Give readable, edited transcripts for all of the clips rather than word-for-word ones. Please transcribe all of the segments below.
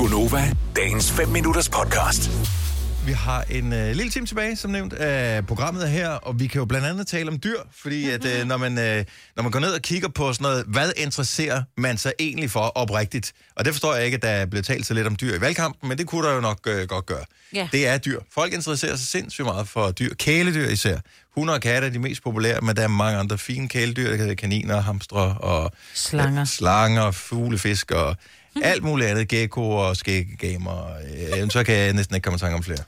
Gonova, dagens 5 minutters podcast. Vi har en lille time tilbage, som nævnt, af programmet her, og vi kan jo blandt andet tale om dyr, fordi at, når man går ned og kigger på sådan noget, hvad interesserer man sig egentlig for oprigtigt? Og det forstår jeg ikke, at der er blevet talt så lidt om dyr i valgkampen, men det kunne der jo nok godt gøre. Yeah. Det er dyr. Folk interesserer sig sindssygt meget for dyr. Kæledyr især. Hunde og katte er de mest populære, men der er mange andre fine kæledyr. Der kan være kaniner, hamstre og slanger, fuglefisk og alt muligt andet. Geckoer og skæggegamer. Så kan jeg næsten ikke komme i tanke om flere.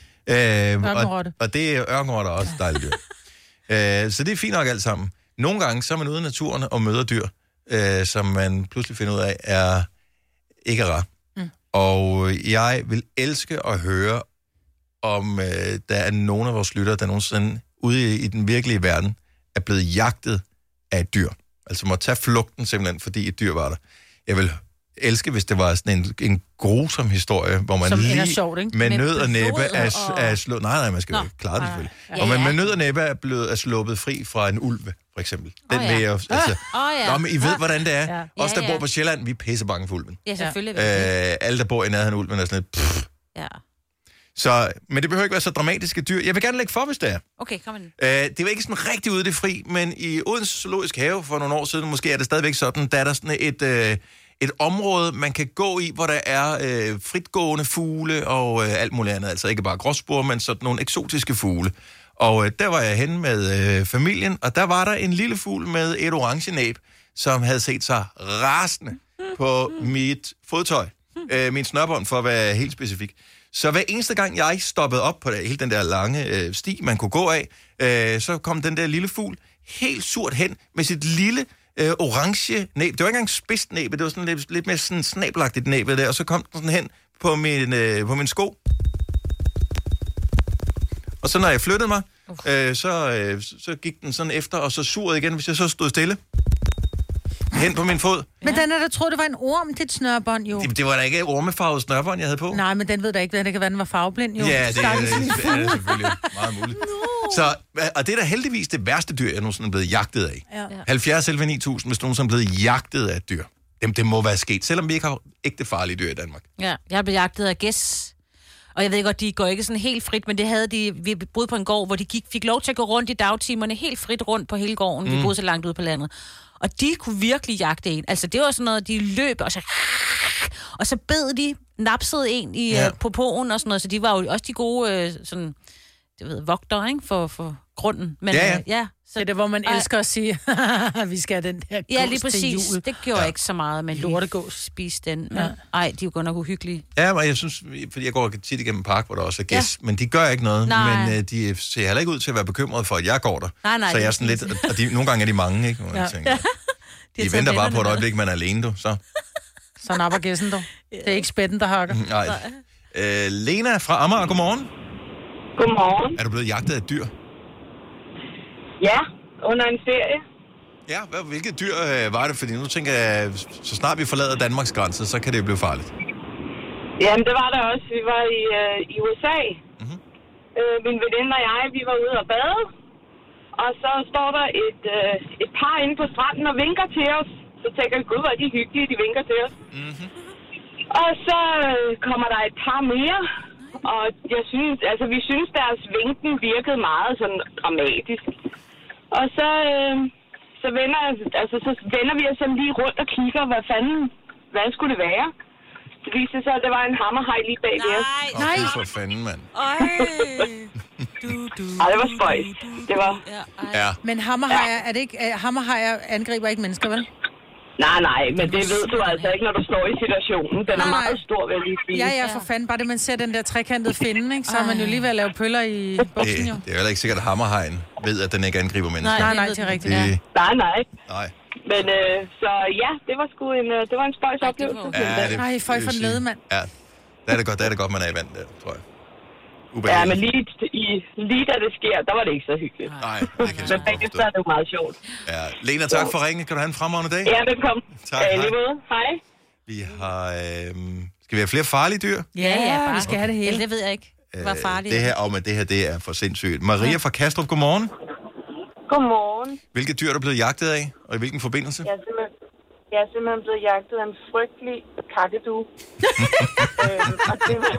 Og det er ørkenrotter også dejligt dyr. Så det er fint nok alt sammen. Nogle gange så er man ude i naturen og møder dyr, som man pludselig finder ud af, ikke er rar. Og jeg vil elske at høre, om der er nogen af vores lyttere, der nogensinde ude i den virkelige verden er blevet jagtet af et dyr. Altså må tage flugten simpelthen, fordi et dyr var der. Jeg vil elske, hvis det var sådan en grusom historie, hvor man som lige sjovt, ikke? med nød og næppe er slået... Nej, man skal jo klare det selvfølgelig. Og man med nød og næppe er sluppet fri fra en ulv, for eksempel. Den vil jeg altså... Nå, men I ved, hvordan det er. Os, der bor på Sjælland, vi er pissebange for ulven. Ja, selvfølgelig. Alle, der bor i nærheden af ulven, er sådan lidt... Ja. Så, men det behøver ikke være så dramatiske dyr. Jeg vil gerne lægge for, hvis det er. Okay, kom ind. Det var ikke sådan rigtig ude i det fri, men i Odense Zoologisk Have for nogle år siden, måske er det stadigvæk sådan, der er der sådan et område, man kan gå i, hvor der er fritgående fugle og alt muligt andet. Altså ikke bare gråspurve, men sådan nogle eksotiske fugle. Og der var jeg henne med familien, og der var der en lille fugl med et orange næb, som havde set sig rasende på mit fodtøj. Min snørbånd, for at være helt specifik. Så hver eneste gang, jeg stoppede op på hele den der lange sti, man kunne gå af, så kom den der lille fugl helt surt hen med sit lille orange næb. Det var ikke engang spidst næb, det var sådan lidt mere sådan snabelagtigt næb der, og så kom den sådan hen på min sko. Og så når jeg flyttede mig, så gik den sådan efter, og så surede igen, hvis jeg så stod stille. Hen på min fod. Men den er der troede, det var en orm til et snørbånd, jo. Det var da ikke ormefarvet snørbånd, jeg havde på. Nej, men den ved da ikke, det kan være, den var farveblind, jo. Ja, det er selvfølgelig meget muligt. Så, og det er da heldigvis det værste dyr, jeg nogensinde er blevet jagtet af. Ja. 70-9000, hvis nogen er blevet jagtet af et dyr. Det må være sket, selvom vi ikke har ægte farlige dyr i Danmark. Ja, jeg blev jagtet af gæs. Og jeg ved godt, de går ikke sådan helt frit, men det havde de, vi boede på en gård, hvor de fik lov til at gå rundt i dagtimerne, helt frit rundt på hele gården. Vi boede så langt ude på landet. Og de kunne virkelig jagte en. Altså, det var sådan noget, de løb, og så bed de, napsede en på poen og sådan noget. Så de var jo også de gode, sådan, vogtere, ikke, for grunden. Men, så det er hvor man elsker at sige, vi skal have den der gås lige præcis. Til jul. Det gjorde ikke så meget, men lortegås spise den. Men, de er jo godt nok uhyggelige. Ja, men jeg synes, fordi jeg går tit igennem en park, hvor der også er gæs, men de gør ikke noget. Nej. Men de ser heller ikke ud til at være bekymrede for, at jeg går der. Nej, så jeg er sådan lidt, og nogle gange er de mange, ikke? Jeg tænker, de venter bare på et øjeblik, man er alene, du. Så napper gæssen, du. Det er ikke spætten, der hakker. Nej. Lena fra Amager, godmorgen. Godmorgen. Er du blevet jagtet af et dyr? Ja, under en ferie. Ja, hvilket dyr var det? Fordi nu tænker jeg, så snart vi forlader Danmarks grænse, så kan det jo blive farligt. Jamen, det var der også. Vi var i USA. Mm-hmm. Min veninde og jeg, vi var ude og bade. Og så står der et par inde på stranden og vinker til os. Så tænker vi, gud, hvor er de hyggelige, de vinker til os. Mm-hmm. Og så kommer der et par mere. Og vi synes, deres vinken virkede meget sådan dramatisk. Og så vender vi os sådan lige rundt og kigger, hvad skulle det være? Det viste sig, at det var en hammerhaj lige bag ved os. Nej, for fanden, mand. Det var spøjs. Det var... Ja. Men hammerhajer, er det ikke... Hammerhajer angriber ikke mennesker, vel? Nej, men det ved du altså ikke, når du står i situationen. Den er meget stor, vil jeg lige sige. Ja, for fanden. Bare det, man ser den der trekantede finde, ikke? Så er man jo lige ved at lave pøller i buksen, jo. Det er heller ikke sikkert, at hammerhajen ved, at den ikke angriber mennesker. Nej, det er rigtigt. Nej. Men så ja, det var en spøjs oplevelse. Nej, folk for nede, mand. Ja, der er det godt, man er i vand der, tror jeg. Ja, men lige da det sker, der var det ikke så hyggeligt. Nej, det kan jeg men bagefter er det jo meget sjovt. Ja, Lena, tak for ringen. Kan du have en fremragende dag? Ja, velkommen. Tak, lige måde. Hej. Vi har... skal vi have flere farlige dyr? Ja, vi skal have det hele. Det ved jeg ikke. Hvad farligt. Det her, det er for sindssygt. Maria fra Kastrup, godmorgen. Godmorgen. Hvilke dyr er du blevet jagtet af, og i hvilken forbindelse? Jeg er simpelthen blevet jagtet af en frygtelig kakadue. Og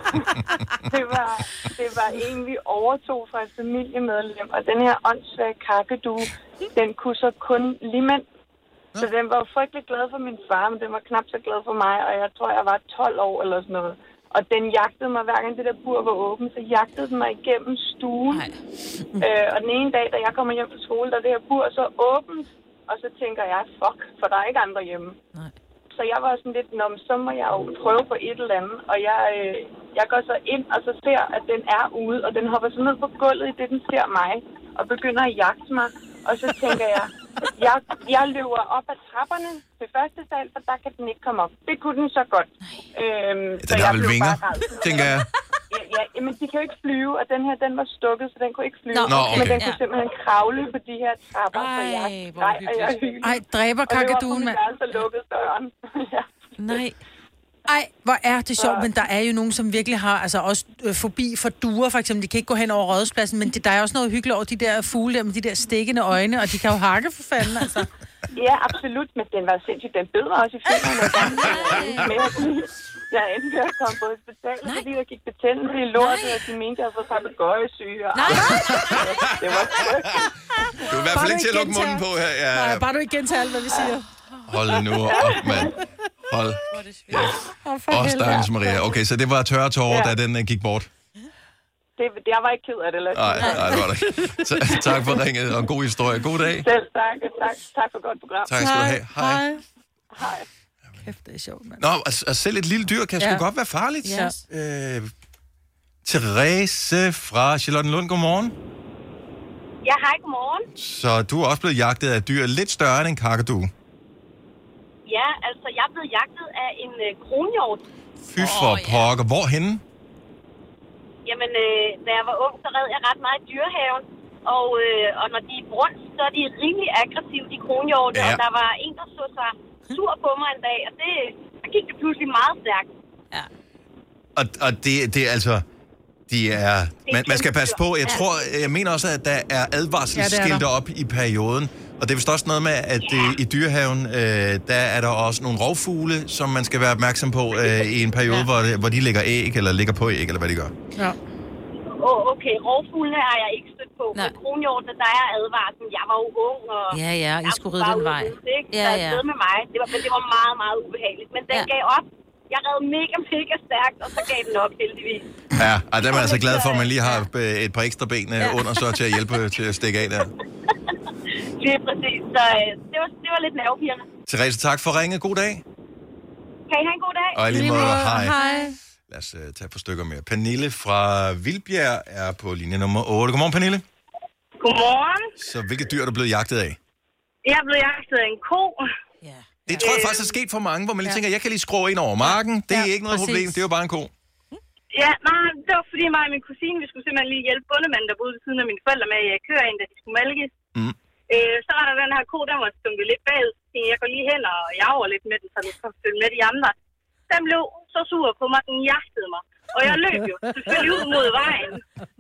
det var en, vi overtog fra et familiemedlem. Og den her åndssvage kakadue, den kunne så kun limænd. Så den var jo frygtelig glad for min far, men den var knap så glad for mig. Og jeg tror, jeg var 12 år eller sådan noget. Og den jagtede mig, hver gang det der bur var åbent, så jagtede den mig igennem stuen. Og den ene dag, da jeg kommer hjem fra skole, der er det her bur så åbent. Og så tænker jeg, fuck, for der er ikke andre hjemme. Nej. Så jeg var sådan lidt, så må jeg jo prøve på et eller andet. Og jeg går så ind og så ser, at den er ude. Og den hopper så ned på gulvet, i det den ser mig. Og begynder at jagte mig. Og så tænker jeg løber op ad trapperne til første sal, for der kan den ikke komme op. Det kunne den så godt. Den har vel vinger, tænker jeg. Ja, men de kan jo ikke flyve, og den her, den var stukket, så den kunne ikke flyve. Nå, okay. Men den kunne simpelthen kravle på de her trapper, så jeg Ej, dræber kakaduen, mand. Og det var så lukket døren. Ja. Nej. Ej, hvor er det sjovt, men der er jo nogen, som virkelig har altså også fobi for duer, for eksempel. De kan ikke gå hen over Rådhuspladsen, men der er også noget hyggeligt over de der fugle der med de der stikkende øjne, og de kan jo hakke for fanden, altså. Ja, absolut, men den var sindssygt. Den bed mig også i filmen. Jeg endte ved at komme på hospitalet, fordi der gik betændelse i lortet, og de mente, at jeg havde fået papegøjesyge. Det var frygteligt. Du er i hvert fald ikke til at lukke munden på her. Ja. Nej, bare du ikke gentager alt, hvad vi siger. Hold nu op, mand. Hold. Stakkels Maria. Okay, så det var tørre tårer, da den gik bort. Jeg var ikke ked af det. Nej, det var det ikke. Tak for ringet, og en god historie. God dag. Selv tak for godt program. Tak skal du have. Hej. Hej. Kæft, det er sjovt, mand. Nå, at selv et lille dyr kan sgu godt være farligt. Yes. Therese fra Charlottenlund, godmorgen. Ja, hej, godmorgen. Så du er også blevet jagtet af dyr lidt større end en kakadue. Ja, altså, jeg er blevet jagtet af en kronhjort. Fy for pokker. Hvorhenne? Jamen, da jeg var ung, så red jeg ret meget i dyrehaven. Og når de er brunst, så er de rimelig aggressive, de kronhjorte. Ja. Og der var en, der så sig sur på mig en dag, og der gik det pludselig meget stærkt. Ja. Og det er altså... Man skal passe på. Jeg mener også, at der er advarselsskilte op i perioden. Og det er vist også noget med, at i dyrehaven, der er der også nogle rovfugle, som man skal være opmærksom på i en periode, hvor de lægger æg, eller ligger på æg, eller hvad de gør. Ja. Okay, rovfuglene har jeg ikke stødt på. Men kronhjortene, der er advarsel. Jeg var jo ung, og... Ja, I skulle rydde den vej. Ja. Med mig. Men det var meget, meget ubehageligt. Men den gav op. Jeg red mega stærkt, og så gav den op, heldigvis. Ja, og der er man altså glad for, at man lige har et par ekstra ben under, så til at hjælpe til at stikke af der. Lige præcis. Så det var lidt nervepirrende. Therese, tak for ringet. God dag. Kan I have en god dag? Og i lige måde, hej. Lad os tage et par stykker mere. Pernille fra Vildbjerg er på linje nummer 8. Godmorgen, Pernille. Godmorgen. Så hvilket dyr er du blevet jagtet af? Jeg er blevet jagtet af en ko. Ja. Det tror jeg faktisk er sket for mange, hvor man lige tænker, jeg kan lige skrue ind over marken. Det er ikke noget problem, det er jo bare en ko. Ja, nej, det var fordi mig og min kusine, vi skulle simpelthen lige hjælpe bondemanden, der boede ved siden af mine forældre med at køre ind, da de skulle malkes. Så var der den her ko, der var stunket lidt bagud. Jeg går lige hen og jager lidt med den, så den kom følge med de andre. Den blev så sur på mig, den jagtede mig. Og jeg løb jo selvfølgelig ud mod vejen.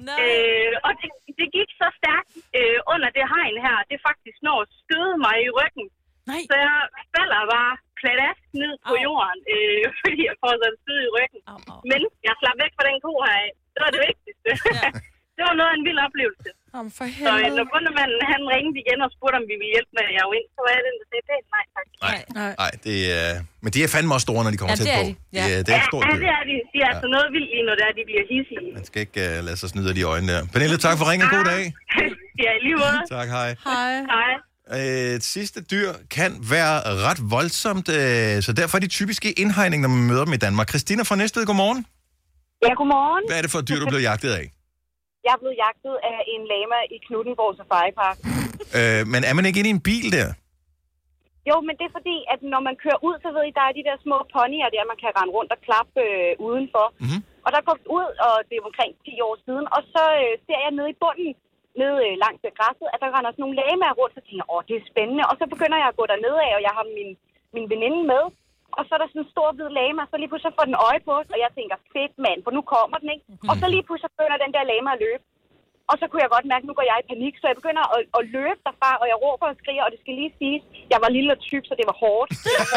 Og det gik så stærkt under det hegn her, det faktisk når at støde mig i ryggen. Nej. Så jeg falder bare pladask ned på jorden, fordi jeg får sådan stød i ryggen. Men jeg slap væk fra den ko her af. Det var det vigtigste. Ja. Det var noget af en vild oplevelse. Så når bondemanden han ringede igen og spurgte, om vi ville hjælpe med at jage ind, så var jeg den, der sagde, pænt nej tak. Nej, det er... Men de er fandme også store, når de kommer tæt på. Det er et stort dyr. Ja, det er de. De er altså noget vildt lige, når de bliver hissige. Man skal ikke lade sig snyde af de øjne der. Pernille, tak for ringen. God dag. Ja, lige måde. Tak, hej. Hej. Et sidste dyr kan være ret voldsomt, så derfor er de typiske indhegninger, når man møder dem i Danmark. Christina fra Næstved, godmorgen. Ja, godmorgen. Hvad er det for et dyr, du blev jagtet af? Jeg er blevet jagtet af en lama i Knuthenborg Safari Park. Men er man ikke inde i en bil der? Jo, men det er fordi, at når man kører ud, så ved I, der er de der små ponyer der, man kan rende rundt og klappe udenfor. Mm-hmm. Og der går ud, og det er omkring 10 år siden, og så ser jeg nede i bunden, nede langs græsset, at der render sådan nogle lamaer rundt, så tænker jeg, det er spændende. Og så begynder jeg at gå derned af, og jeg har min veninde med. Og så er der sådan en stor hvid lama, så lige pludselig får den øje på os, og jeg tænker, fedt mand, for nu kommer den, ikke? Og så lige pludselig begynder den der lama at løbe. Og så kunne jeg godt mærke, at nu går jeg i panik, så jeg begynder at løbe derfra, og jeg råber og skriger, og det skal lige siges, jeg var lille og tyk, så det var hårdt.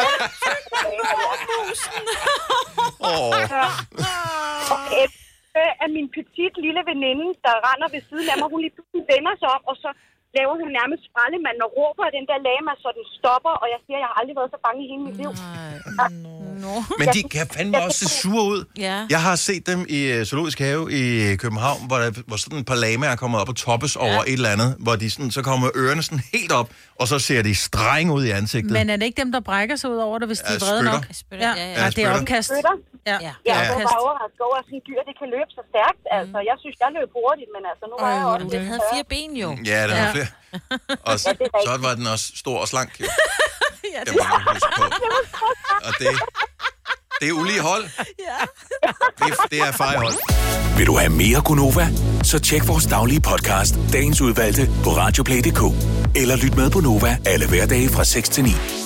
Og af min petit lille veninde, der render ved siden af mig, hun lige pludselig vender sig om, og så laver hun nærmest sprællemanden og råber af den der lama, så den stopper, og jeg siger, at jeg har aldrig været så bange i hele mit liv. Men de kan fandme også se sure ud. Ja. Jeg har set dem i Zoologisk Have i København, hvor sådan et par lamaer er kommet op og toppes over et eller andet, hvor de sådan, så kommer ørerne sådan helt op, og så ser de strenge ud i ansigtet. Men er det ikke dem, der brækker sig ud over det, hvis de er vrede nok? Spytter. Ja, det er opkast. Ja, jeg var bare overrasket over, at sådan dyr, det kan løbe så stærkt. Altså, jeg synes, jeg løb hurtigt, men altså, nu var jeg også... Den havde 4 ben jo. Ja, den har flere. Og så var den også stor og slank. Jo. Ja, det må man huske på. Og det er ulige hold. Det er fejhold. Vil du have mere Gunova? Så tjek vores daglige podcast, dagens udvalgte, på radioplay.dk. Eller lyt med på Nova alle hverdage fra 6 til 9.